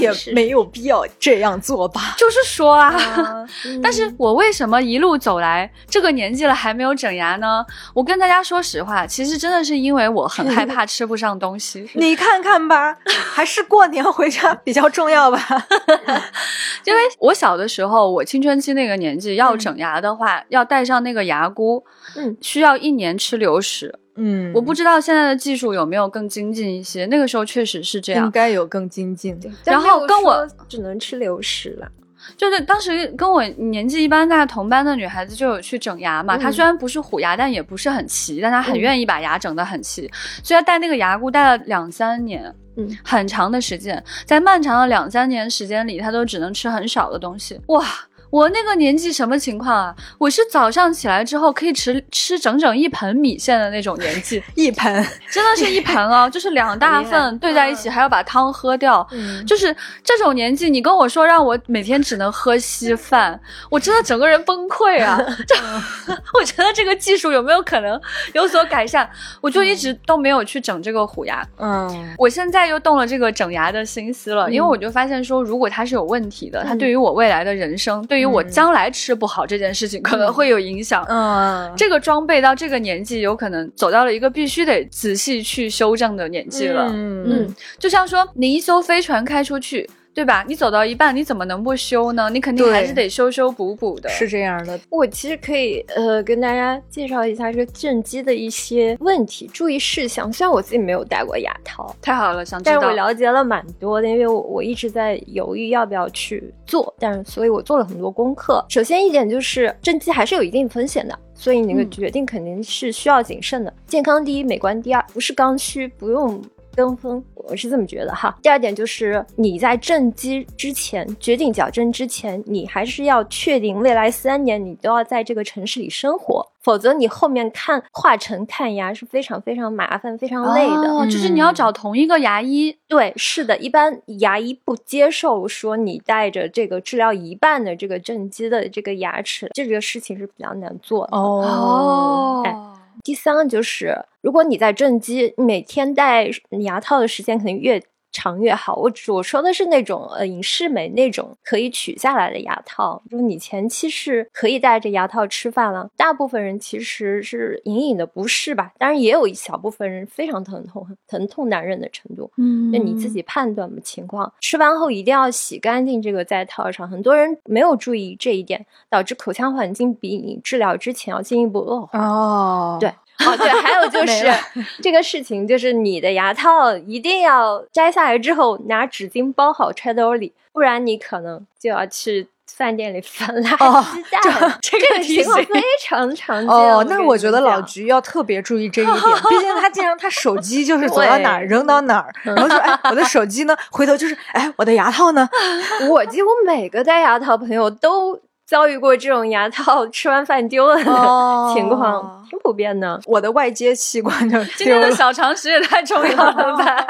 没有必要这样做吧。 就是说啊，啊嗯、但是我为什么一路走来这个年纪了还没有整牙呢？我跟大家说实话，其实真的是因为我很害怕吃不上东西。 你看看吧，还是过年回家比较重要吧。 因为我小的时候，我青春期那个年纪要整牙的话，嗯、要带上那个牙箍，嗯，需要一年吃流食。嗯，我不知道现在的技术有没有更精进一些，那个时候确实是这样， 应该有更精进。 然后跟我只能吃流食了。 就是当时跟我年纪一般大概同班的女孩子就有去整牙嘛，嗯、她虽然不是虎牙，但也不是很齐，但她很愿意把牙整得很齐，嗯、所以她戴那个牙箍戴了两三年，嗯，很长的时间，在漫长的两三年时间里，她都只能吃很少的东西，哇。我那个年纪什么情况啊？我是早上起来之后可以吃吃整整一盆米线的那种年纪， 一盆真的是一盆哦，就是两大份兑在一起，还要把汤喝掉，嗯、就是这种年纪，你跟我说让我每天只能喝稀饭，我真的整个人崩溃啊！我觉得这个技术有没有可能有所改善？我就一直都没有去整这个虎牙。嗯，我现在又动了这个整牙的心思了，嗯、因为我就发现说，如果它是有问题的，它对于我未来的人生，对。对于我将来吃不好这件事情可能会有影响。嗯，这个装备到这个年纪有可能走到了一个必须得仔细去修正的年纪了。嗯嗯，就像说你一艘飞船开出去，对吧？你走到一半你怎么能不修呢？你肯定还是得修修补补的。 是这样的。 我其实可以呃跟大家介绍一下这个正畸的一些问题注意事项，虽然我自己没有戴过牙套。 太好了，想知道。 但是我了解了蛮多的，因为我我一直在犹豫要不要去做，但是所以我做了很多功课。首先一点就是正畸还是有一定风险的，所以那个决定肯定是需要谨慎的。嗯、健康第一，美观第二，不是刚需不用跟风，我是这么觉得哈。第二点就是你在正畸之前，决定矫正之前，你还是要确定未来三年你都要在这个城市里生活，否则你后面看跨城看牙是非常非常麻烦非常累的。 哦，就是你要找同一个牙医。 对，是的，一般牙医不接受说你带着这个治疗一半的这个正畸的这个牙齿，这个事情是比较难做的。 哦， 哎，第三个就是如果你在正畸每天戴牙套的时间肯定越长越好，我我说的是那种呃隐适美那种可以取下来的牙套，就是你前期是可以戴着牙套吃饭了，大部分人其实是隐隐的不适吧，当然也有一小部分人非常疼痛疼痛难忍的程度，嗯，就你自己判断的情况。吃完后一定要洗干净这个再套上，很多人没有注意这一点，导致口腔环境比你治疗之前要进一步恶化。 哦， 对。哦，对，还有就是这个事情，就是你的牙套一定要摘下来之后拿纸巾包好揣兜里，不然你可能就要去饭店里翻垃圾袋。 哦、这个情况非常常见。 哦，那我觉得老菊要特别注意这一点，毕竟他经常他手机就是走到哪儿扔到哪儿，然后说哎我的手机呢，回头就是哎我的牙套呢。 我几乎每个戴牙套朋友都遭遇过这种牙套吃完饭丢了的情况，哦、挺普遍的。 我的外接器官就丢了。 今天的小常识也太重要了吧！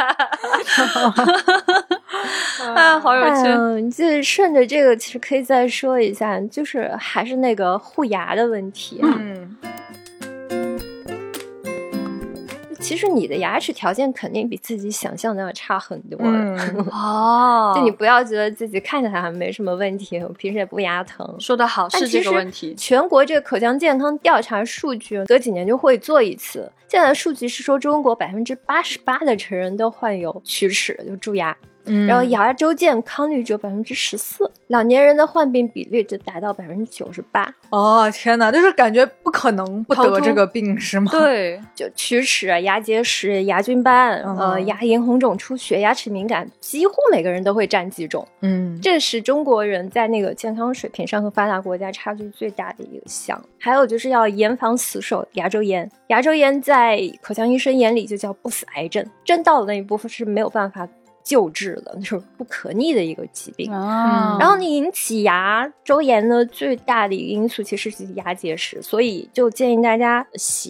啊，好有趣。 嗯，就顺着这个，其实可以再说一下，就是还是那个护牙的问题。嗯。其实你的牙齿条件肯定比自己想象的要差很多。嗯，哦，就你不要觉得自己看起来还没什么问题，我平时也不牙疼。 说得好，是这个问题。 全国这个口腔健康调查数据隔几年就会做一次。现在的数据是说，中国百分之八十八的成人都患有龋齿，就蛀牙。嗯，然后牙周健康率只有百分之十四，老年人的患病比率就达到百分之九十八。 哦，天哪，就是感觉不可能不得这个病是吗？ 对， 就龋齿、牙结石、牙菌斑、嗯、呃牙龈红肿出血、牙齿敏感，几乎每个人都会占几种。嗯，这是中国人在那个健康水平上和发达国家差距最大的一个项。还有就是要严防死守牙周炎。牙周炎在口腔医生眼里就叫不死癌症，真到了那一部分是没有办法救治的，就是不可逆的一个疾病。啊、然后你引起牙周炎呢，最大的一个因素其实是牙结石，所以就建议大家洗牙。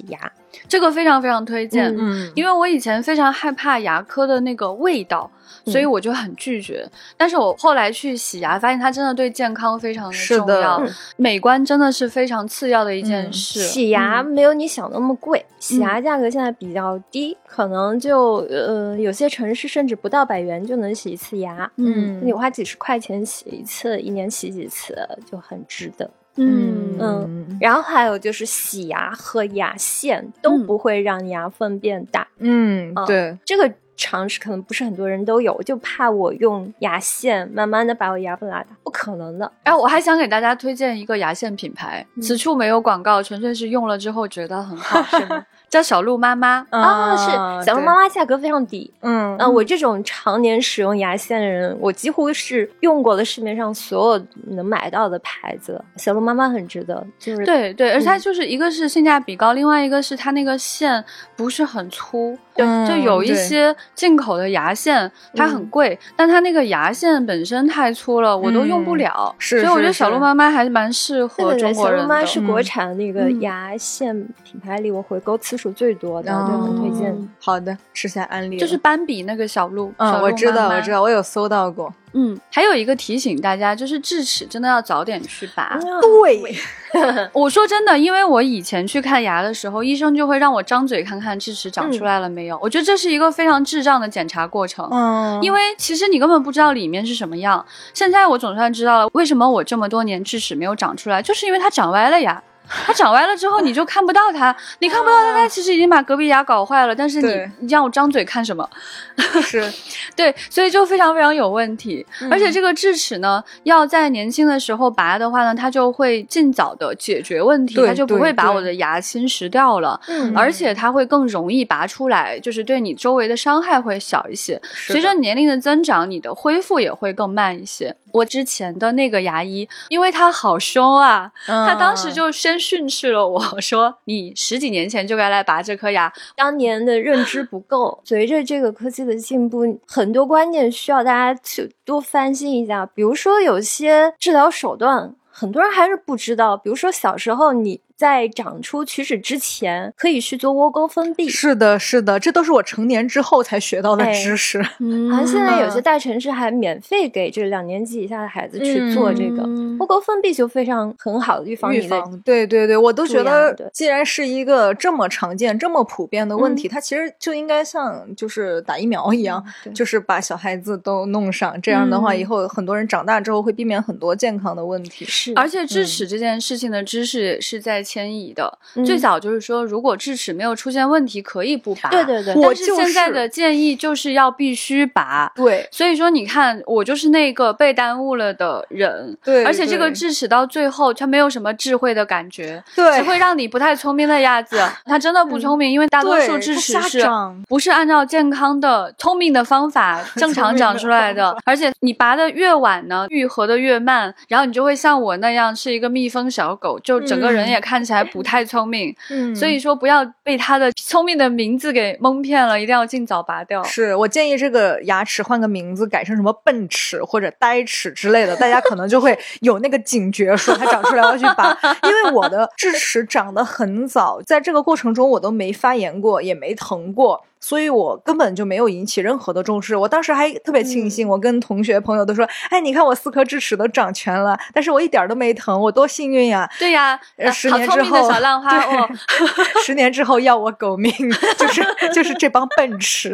这个非常非常推荐。嗯，因为我以前非常害怕牙科的那个味道，所以我就很拒绝、嗯、但是我后来去洗牙发现它真的对健康非常的重要，美观真的是非常次要的一件事、嗯、 洗牙没有你想那么贵、嗯、洗牙价格现在比较低、嗯、可能就呃有些城市甚至不到百元就能洗一次牙，嗯，你花几十块钱洗一次，一年洗几次就很值得。嗯嗯，然后还有就是洗牙和牙线都不会让牙缝变大。 嗯，啊、对， 这个常识可能不是很多人都有，我就怕我用牙线慢慢的把我牙缝拉大，不可能的。 然后我还想给大家推荐一个牙线品牌，嗯、此处没有广告，纯粹是用了之后觉得很好，是吗？叫小鹿妈妈啊、哦，是小鹿妈妈价格非常低。嗯啊，我这种常年使用牙线的人，我几乎是用过了市面上所有能买到的牌子，小鹿妈妈很值得。就是对对，而且它就是一个是性价比高、嗯，另外一个是它那个线不是很粗。对，就有一些进口的牙线它很贵、嗯，但它那个牙线本身太粗了，我都用不了。 嗯、是， 所以我觉得小鹿妈妈还是蛮适合中国人的。 小鹿妈妈是国产那个牙线品牌里我回购次数最多的，嗯、就很推荐、嗯。 好的，吃下安利了。 就是斑比那个小鹿， 嗯， 小鹿妈妈我知道，我知道，我有搜到过。 嗯，还有一个提醒大家，就是智齿真的要早点去拔。 对， 我说真的，因为我以前去看牙的时候，医生就会让我张嘴看看智齿长出来了没有、嗯、我觉得这是一个非常智障的检查过程。嗯，因为其实你根本不知道里面是什么样。现在我总算知道了为什么我这么多年智齿没有长出来，就是因为它长歪了呀。它长歪了之后你就看不到它，你看不到它，它其实已经把隔壁牙搞坏了，但是你你让我张嘴看什么？ 是对，所以就非常非常有问题、嗯、而且这个智齿呢要在年轻的时候拔的话呢，它就会尽早的解决问题，它就不会把我的牙侵蚀掉了，嗯，而且它会更容易拔出来，就是对你周围的伤害会小一些，随着年龄的增长你的恢复也会更慢一些。我之前的那个牙医因为他好凶啊、嗯、他当时就先训斥了我说你十几年前就该来拔这颗牙， 当年的认知不够。随着这个科技的进步，很多观念需要大家去多翻新一下，比如说有些治疗手段很多人还是不知道，比如说小时候你在长出龋齿之前可以去做窝沟封闭。 是的是的，这都是我成年之后才学到的知识、哎嗯、好像现在有些大城市还免费给这两年级以下的孩子去做这个、嗯、窝沟封闭，就非常很好的预防你的。 预防，对对对，我都觉得既然是一个这么常见这么普遍的问题、嗯、它其实就应该像就是打疫苗一样、嗯、就是把小孩子都弄上，这样的话以后很多人长大之后会避免很多健康的问题。 是， 而且智齿这件事情的知识是在迁移的、嗯、最早就是说如果智齿没有出现问题可以不拔， 对对对， 但是现在的建议就是要必须拔。 对， 所以说你看我就是那个被耽误了的人。 对， 而且这个智齿到最后它没有什么智慧的感觉， 对， 只会让你不太聪明的样子。它真的不聪明、嗯、因为大多数智齿是不是按照健康的聪明的方法正常长出来的，而且你拔的越晚呢愈合的越慢，然后你就会像我那样是一个蜜蜂小狗，就整个人也看起来不太聪明。嗯，所以说不要被它的聪明的名字给蒙骗了，一定要尽早拔掉。 是，我建议这个牙齿换个名字，改成什么笨齿或者呆齿之类的，大家可能就会有那个警觉，说它长出来我要去拔。因为我的智齿长得很早，在这个过程中我都没发炎过，也没疼过，所以我根本就没有引起任何的重视。我当时还特别庆幸、嗯、我跟同学朋友都说，哎，你看我四颗智齿都长全了，但是我一点都没疼，我多幸运呀。 对呀， 呃、十年之后， 好聪明的小浪花哦， 十年之后要我狗命，就是就是这帮笨齿。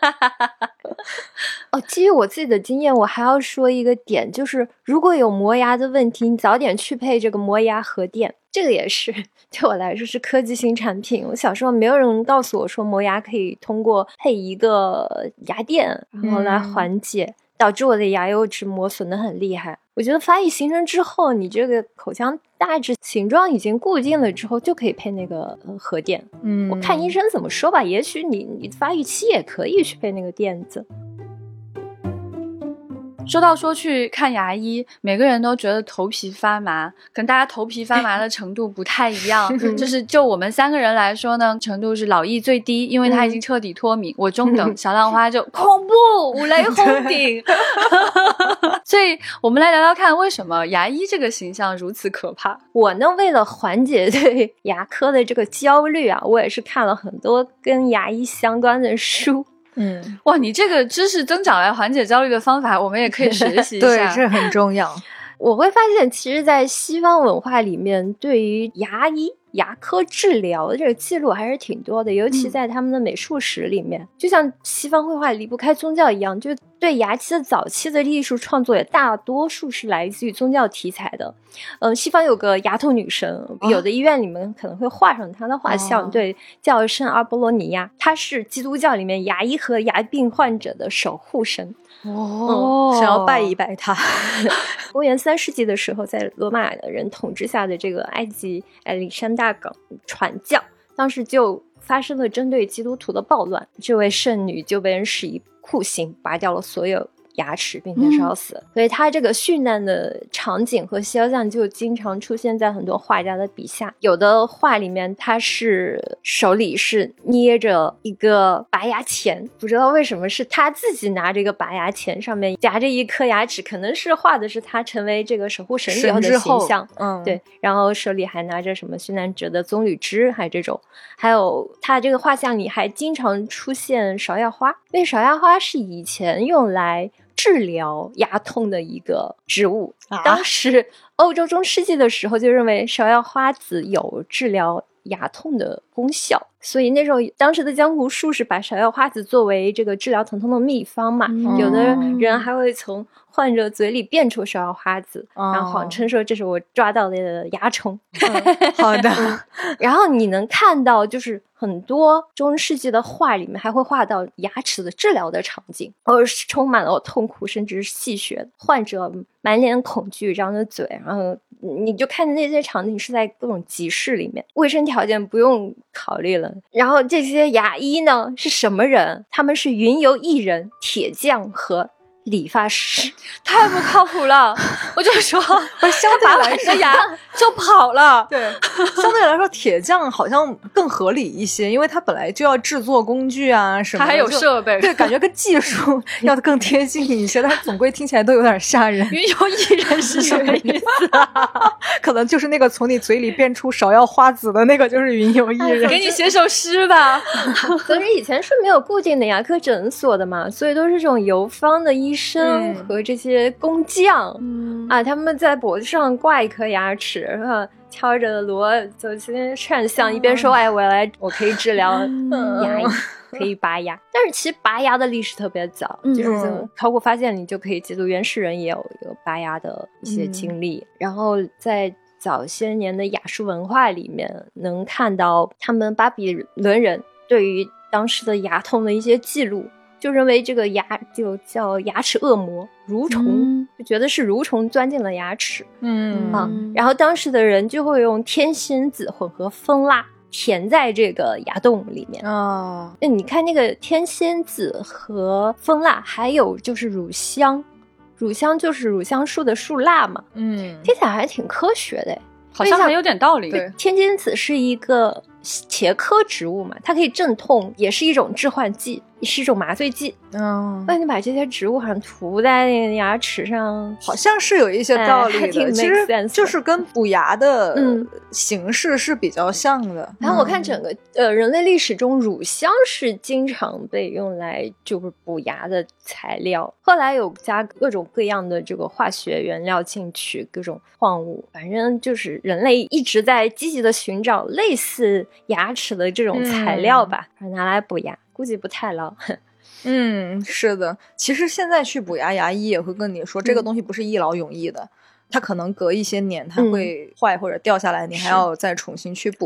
哦，基于我自己的经验，我还要说一个点，就是如果有磨牙的问题，你早点去配这个磨牙盒垫。这个也是对我来说是科技新产品。我小时候没有人告诉我说磨牙可以通过配一个牙垫然后来缓解、嗯、导致我的牙釉质磨损得很厉害。我觉得发育形成之后，你这个口腔大致形状已经固定了之后，就可以配那个、呃、盒垫。嗯，我看医生怎么说吧，也许你你发育期也可以去配那个垫子。 说到说去看牙医，每个人都觉得头皮发麻，可能大家头皮发麻的程度不太一样。就是就我们三个人来说呢，程度是老易最低，因为他已经彻底脱敏，嗯、我中等，小浪花就恐怖五雷轰顶。所以我们来聊聊看，为什么牙医这个形象如此可怕？ 我呢，为了缓解对牙科的这个焦虑啊，我也是看了很多跟牙医相关的书。 嗯，哇，你这个知识增长来缓解焦虑的方法，我们也可以学习一下。 对，这很重要。 我会发现，其实，在西方文化里面，对于牙医、牙科治疗的这个记录还是挺多的，尤其在他们的美术史里面，嗯、就像西方绘画离不开宗教一样，就对牙期的早期的艺术创作也大多数是来自于宗教题材的。嗯，西方有个牙痛女神，哦、有的医院里面可能会画上她的画像，哦、对，叫圣阿波罗尼亚，她是基督教里面牙医和牙病患者的守护神。 哦，嗯、想要拜一拜他。 公元三世纪的时候，在罗马人统治下的这个埃及亚历山大港传教，当时就发生了针对基督徒的暴乱，这位圣女就被人施以酷刑，拔掉了所有牙齿并且烧死、嗯、所以他这个殉难的场景和肖像就经常出现在很多画家的笔下。有的画里面他是手里是捏着一个拔牙钳，不知道为什么是他自己拿这个拔牙钳，上面夹着一颗牙齿，可能是画的是他成为这个守护神以后的形象。嗯，对，然后手里还拿着什么殉难者的棕榈枝，还有这种，还有他这个画像里还经常出现芍药花，因为芍药花是以前用来治疗牙痛的一个植物、啊、当时欧洲中世纪的时候就认为芍药花籽有治疗牙痛的功效，所以那时候当时的江湖术士把芍药花籽作为这个治疗疼痛的秘方嘛、嗯、有的人还会从患者嘴里变出芍药花籽、哦、然后谎称说这是我抓到的牙虫、 嗯、好的、 嗯、然后你能看到就是很多中世纪的画里面还会画到牙齿的治疗的场景，而是充满了痛苦甚至是戏谑，患者满脸恐惧张着嘴，然后你就看见那些场景是在各种集市里面，卫生条件不用考虑了。然后这些牙医呢是什么人？他们是云游艺人、铁匠和理发师。 太不靠谱了。我就说我相对来说牙就跑了。 对，相对来说铁匠好像更合理一些，因为他本来就要制作工具啊什么的， 他还有设备， 对，感觉跟技术要更贴近一些，但是总归听起来都有点吓人。 云游艺人是什么意思啊？ 可能就是那个从你嘴里变出芍药花籽的那个就是云游艺人。 给你写首诗吧。 可是以前是没有固定的牙科诊所的嘛，所以都是这种游方的医生和这些工匠、嗯、啊，他们在脖子上挂一颗牙齿，然后敲着锣走进串巷、嗯、一边说哎我来我可以治疗牙医、嗯、可以拔牙。但是其实拔牙的历史特别早、嗯、就是考古发现你就可以记录原始人也有有拔牙的一些经历、嗯、然后在早些年的亚述文化里面能看到他们巴比伦人对于当时的牙痛的一些记录，就认为这个牙就叫牙齿恶魔蠕虫、嗯、就觉得是蠕虫钻进了牙齿。嗯啊，然后当时的人就会用天仙子混合蜂蜡填在这个牙洞里面。哦，那你看那个天仙子和蜂蜡，还有就是乳香，乳香就是乳香树的树蜡嘛。嗯，听起来还挺科学的， 好像还有点道理。 对，天仙子是一个茄科植物嘛，它可以镇痛，也是一种致幻剂，是一种麻醉剂。嗯，那你把这些植物好像涂在那个牙齿上， 好像是有一些道理的、哎、其实就是跟补牙的形式是比较像的、嗯、 然后我看整个呃人类历史中乳香是经常被用来就是补牙的材料，后来有加各种各样的这个化学原料进去，各种矿物，反正就是人类一直在积极的寻找类似牙齿的这种材料吧、嗯、拿来补牙，估计不太牢。 嗯，是的，其实现在去补牙，牙医也会跟你说、嗯、这个东西不是一劳永逸的，它可能隔一些年它会坏或者掉下来、嗯、你还要再重新去补。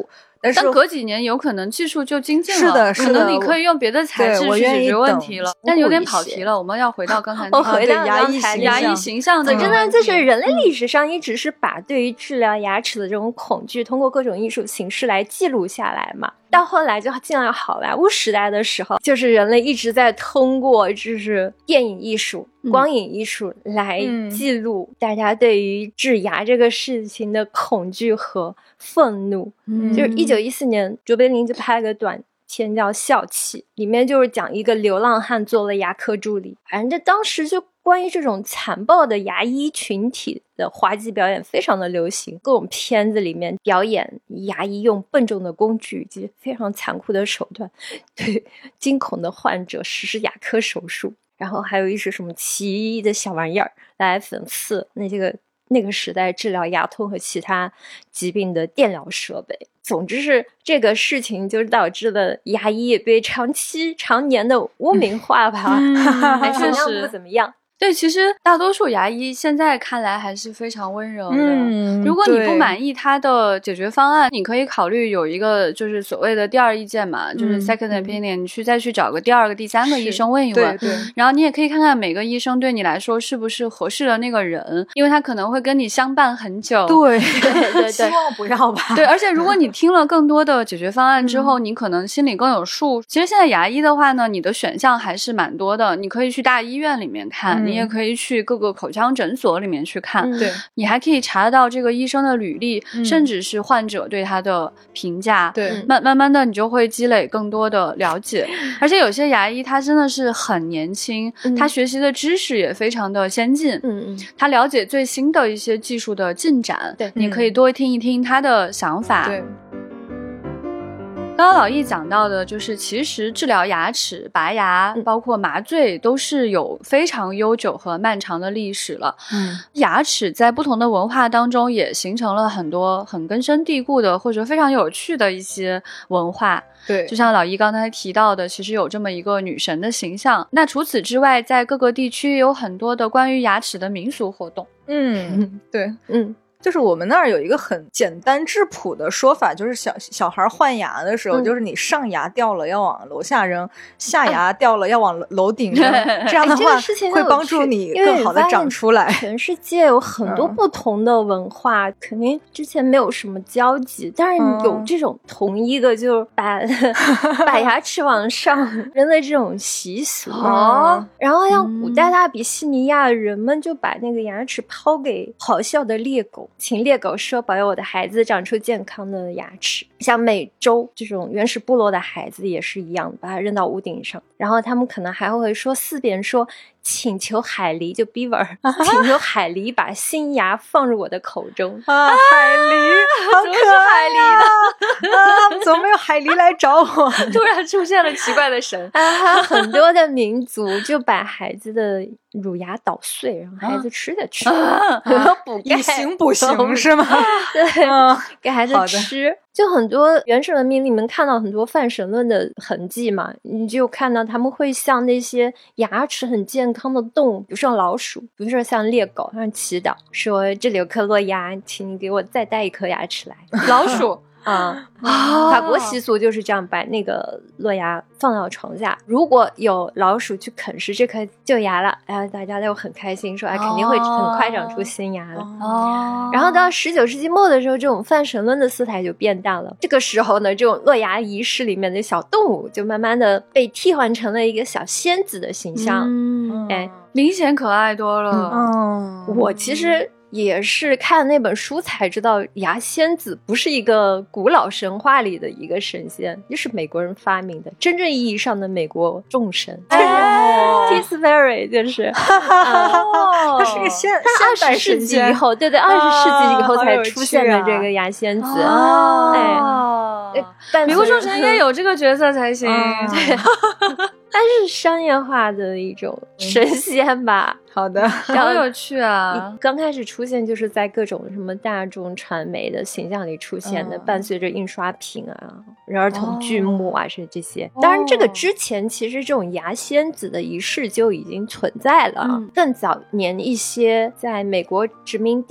但是但隔几年有可能技术就精进了， 是的，是的， 可能你可以用别的材质去解决问题了。但有点跑题了，我们要回到刚才那个回到牙医形牙医形象的， 真的就是人类历史上一直是把对于治疗牙齿的这种恐惧通过各种艺术形式来记录下来嘛。到后来就进了好莱坞时代的时候，就是人类一直在通过就是电影艺术、光影艺术来记录大家对于治牙这个事情的恐惧和愤怒。嗯、就是一九一四年卓别林就拍了个短片叫《笑气》，里面就是讲一个流浪汉做了牙科助理，反正这当时就关于这种残暴的牙医群体的滑稽表演非常的流行，各种片子里面表演牙医用笨重的工具以及非常残酷的手段对惊恐的患者实施牙科手术，然后还有一些什么奇异的小玩意儿来讽刺那这个那个时代治疗牙痛和其他疾病的电疗设备。总之是这个事情就导致了牙医也被长期常年的污名化吧， 嗯、 还是不怎么样。 对，其实大多数牙医现在看来还是非常温柔的。嗯，如果你不满意他的解决方案，你可以考虑有一个就是所谓的第二意见嘛，嗯、就是 second opinion，、嗯、你去再去找个第二个、第三个医生问一问。 对对。 然后你也可以看看每个医生对你来说是不是合适的那个人，因为他可能会跟你相伴很久。 对对对对， 希望不要吧。 对，而且如果你听了更多的解决方案之后，嗯、你可能心里更有数。其实现在牙医的话呢，你的选项还是蛮多的，你可以去大医院里面看，嗯、你也可以去各个口腔诊所里面去看， 嗯、对， 你还可以查得到这个医生的履历，嗯、甚至是患者对他的评价。 对， 慢慢慢的你就会积累更多的了解。而且有些牙医他真的是很年轻，嗯、他学习的知识也非常的先进， 嗯嗯， 他了解最新的一些技术的进展， 对， 你可以多听一听他的想法。 对。 刚刚老易讲到的就是其实治疗牙齿、拔牙、嗯、包括麻醉都是有非常悠久和漫长的历史了。 嗯， 牙齿在不同的文化当中也形成了很多很根深蒂固的或者非常有趣的一些文化。 对， 就像老易刚才提到的，其实有这么一个女神的形象。那除此之外，在各个地区有很多的关于牙齿的民俗活动。 嗯，对， 嗯。 就是我们那儿有一个很简单质朴的说法，就是小小孩换牙的时候，嗯、就是你上牙掉了要往楼下扔，下牙掉了要往楼顶扔， 哎、 这样的话会帮助你更好的长出来。 全世界有很多不同的文化，嗯、肯定之前没有什么交集，但是有这种统一的，就是把、嗯、把牙齿往上扔的这种习俗。 哦， 然后像古代阿比西尼亚人们就把那个牙齿抛给咆哮的猎狗。请猎狗说保佑我的孩子长出健康的牙齿。像美洲这种原始部落的孩子也是一样，把它扔到屋顶上，然后他们可能还会说四遍说请求海狸，就 beaver 请求海狸把新牙放入我的口中。 啊，海狸好可爱呀！啊，怎么没有海狸来找我？ 突然出现了奇怪的神啊！很多的民族就把孩子的乳牙捣碎，然后孩子吃下去， 啊啊、补钙以形补形是吗？ 对， 嗯、 给孩子吃。就很多原始文明里面看到很多泛神论的痕迹嘛，你就看到他们会像那些牙齿很健康的动物，比如说老鼠，比如说像猎狗，像祈祷说这里有颗落牙，请你给我再带一颗牙齿来。 老鼠啊、嗯，法国习俗就是这样，把那个落牙放到床下，如果有老鼠去啃食这颗旧牙了，然后大家就很开心，说哎，肯定会很快长出新牙了。 哦， 然后到十九世纪末的时候，这种泛神论的色彩就变淡了。这个时候呢，这种落牙仪式里面的小动物就慢慢的被替换成了一个小仙子的形象。 嗯， 哎， 明显可爱多了。 嗯， 我其实也是看那本书才知道，牙仙子不是一个古老神话里的一个神仙，就是美国人发明的，真正意义上的美国众神。 哦 Tooth Fairy 就是， 哦，他是个仙， 他二十世纪以后，对对，二十世纪以后才出现的这个牙仙子。 哦， 哎， 美国众神也有这个角色才行。 对。它是商业化的一种神仙吧。 好的， 好有趣啊！ 刚开始出现就是在各种什么大众传媒的形象里出现的，嗯、伴随着印刷品啊、儿童剧目啊，是、哦、这些。当然，这个之前其实这种牙仙子的仪式就已经存在了。嗯、更早年一些，在美国殖民地。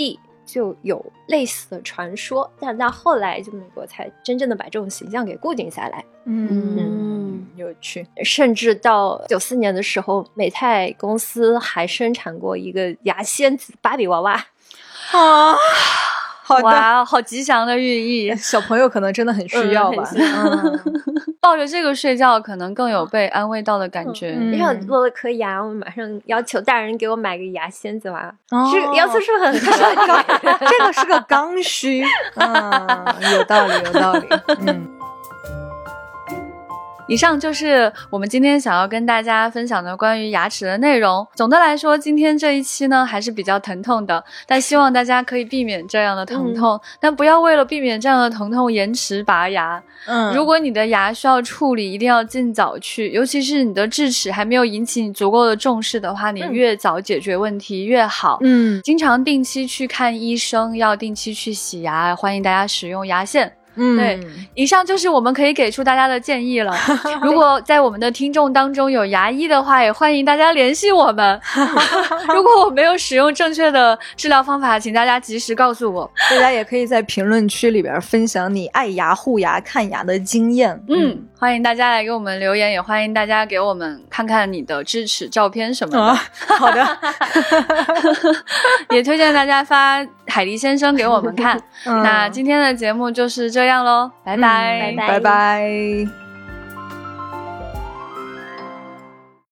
就有类似的传说，但到后来就美国才真正的把这种形象给固定下来。 嗯嗯，有趣。 甚至到九四年的时候，美泰公司还生产过一个牙仙子芭比娃娃啊。好的， 哇，好吉祥的寓意， 小朋友可能真的很需要吧。 嗯嗯、抱着这个睡觉，可能更有被安慰到的感觉。 你看、嗯、落了颗牙，我马上要求大人给我买个牙仙子娃娃，哦、这个要求是很高， 这个是个刚需。嗯，有道理，有道理。嗯。 以上就是我们今天想要跟大家分享的关于牙齿的内容。总的来说，今天这一期呢还是比较疼痛的，但希望大家可以避免这样的疼痛、嗯、但不要为了避免这样的疼痛延迟拔牙。嗯，如果你的牙需要处理，一定要尽早去，尤其是你的智齿还没有引起你足够的重视的话，你越早解决问题越好。嗯，经常定期去看医生，要定期去洗牙，欢迎大家使用牙线。嗯，对，以上就是我们可以给出大家的建议了。如果在我们的听众当中有牙医的话，也欢迎大家联系我们。如果我没有使用正确的治疗方法，请大家及时告诉我。 大家也可以在评论区里边分享你爱牙、护牙、看牙的经验。 嗯，嗯欢迎大家来给我们留言，也欢迎大家给我们看看你的智齿照片什么的。啊、 好的， 也推荐大家发海狸先生给我们看。嗯、那今天的节目就是这样咯，拜拜、 嗯、拜拜拜拜。